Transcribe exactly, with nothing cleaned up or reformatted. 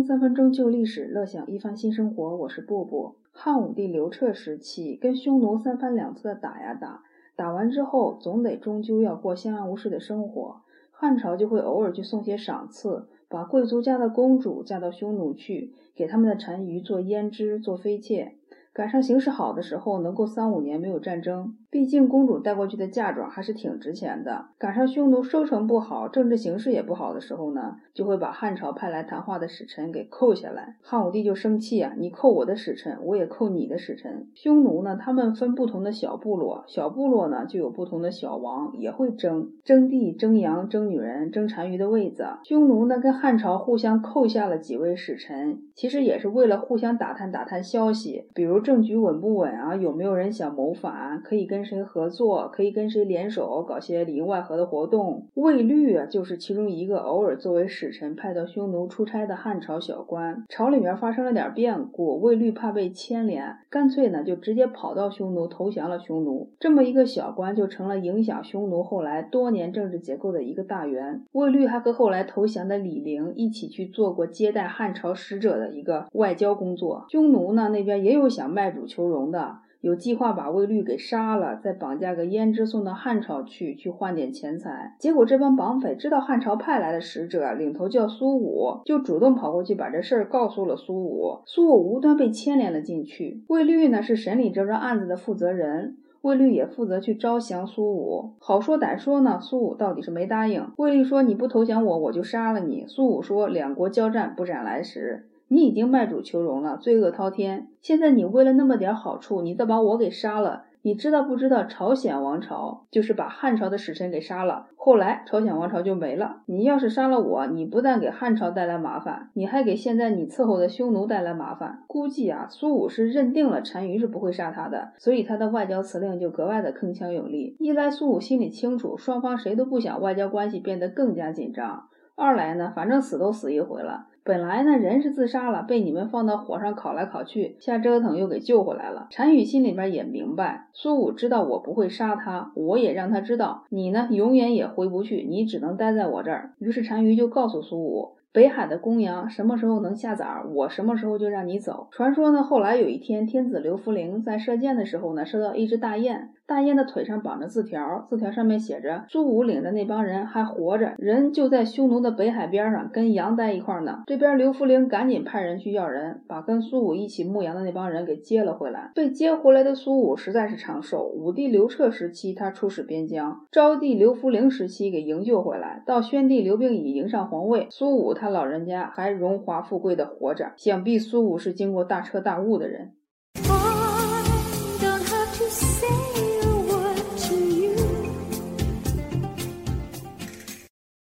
三分钟旧历史，乐享一番新生活。我是布布。汉武帝刘彻时期，跟匈奴三番两次的打呀打，打完之后总得终究要过相安无事的生活。汉朝就会偶尔去送些赏赐，把贵族家的公主嫁到匈奴去，给他们的单于做胭脂、做妃妾。赶上形势好的时候，能够三五年没有战争，毕竟公主带过去的嫁妆还是挺值钱的。赶上匈奴收成不好，政治形势也不好的时候呢，就会把汉朝派来谈话的使臣给扣下来。汉武帝就生气啊，你扣我的使臣，我也扣你的使臣。匈奴呢，他们分不同的小部落，小部落呢就有不同的小王，也会争争地、争羊、争女人、争单于的位子。匈奴呢跟汉朝互相扣下了几位使臣，其实也是为了互相打探打探消息，比如政局稳不稳啊，有没有人想谋反，可以跟谁合作，可以跟谁联手搞些里应外合的活动。卫律啊，就是其中一个偶尔作为使臣派到匈奴出差的汉朝小官。朝里面发生了点变故，卫律怕被牵连，干脆呢就直接跑到匈奴投降了匈奴。这么一个小官就成了影响匈奴后来多年政治结构的一个大员。卫律还和后来投降的李陵一起去做过接待汉朝使者的一个外交工作。匈奴呢那边也有想卖主求荣的，有计划把卫律给杀了，再绑架个胭脂送到汉朝去，去换点钱财。结果这帮绑匪知道汉朝派来的使者领头叫苏武，就主动跑过去把这事儿告诉了苏武。苏武无端被牵连了进去。卫律呢是审理这桩案子的负责人，卫律也负责去招降苏武。好说歹说呢，苏武到底是没答应。卫律说你不投降我，我就杀了你。苏武说两国交战不斩来时，你已经卖主求荣了，罪恶滔天，现在你为了那么点好处，你再把我给杀了。你知道不知道朝鲜王朝就是把汉朝的使臣给杀了，后来朝鲜王朝就没了。你要是杀了我，你不但给汉朝带来麻烦，你还给现在你伺候的匈奴带来麻烦。估计啊，苏武是认定了单于是不会杀他的，所以他的外交辞令就格外的铿锵有力。一来苏武心里清楚，双方谁都不想外交关系变得更加紧张，二来呢，反正死都死一回了，本来呢人是自杀了，被你们放到火上烤来烤去，瞎折腾又给救回来了。单于心里边也明白，苏武知道我不会杀他，我也让他知道你呢永远也回不去，你只能待在我这儿。于是单于就告诉苏武，北海的公羊什么时候能下崽，我什么时候就让你走。传说呢，后来有一天天子刘弗陵在射箭的时候呢，射到一只大雁，大雁的腿上绑着字条，字条上面写着苏武领的那帮人还活着，人就在匈奴的北海边上跟羊在一块呢。这边刘弗陵赶紧派人去要人，把跟苏武一起牧羊的那帮人给接了回来。被接回来的苏武实在是长寿，武帝刘彻时期他出使边疆，昭帝刘弗陵时期给营救回来，到宣帝刘病已迎上皇位，苏武他老人家还荣华富贵的活着，想必苏武是经过大彻大悟的人。I don't have to say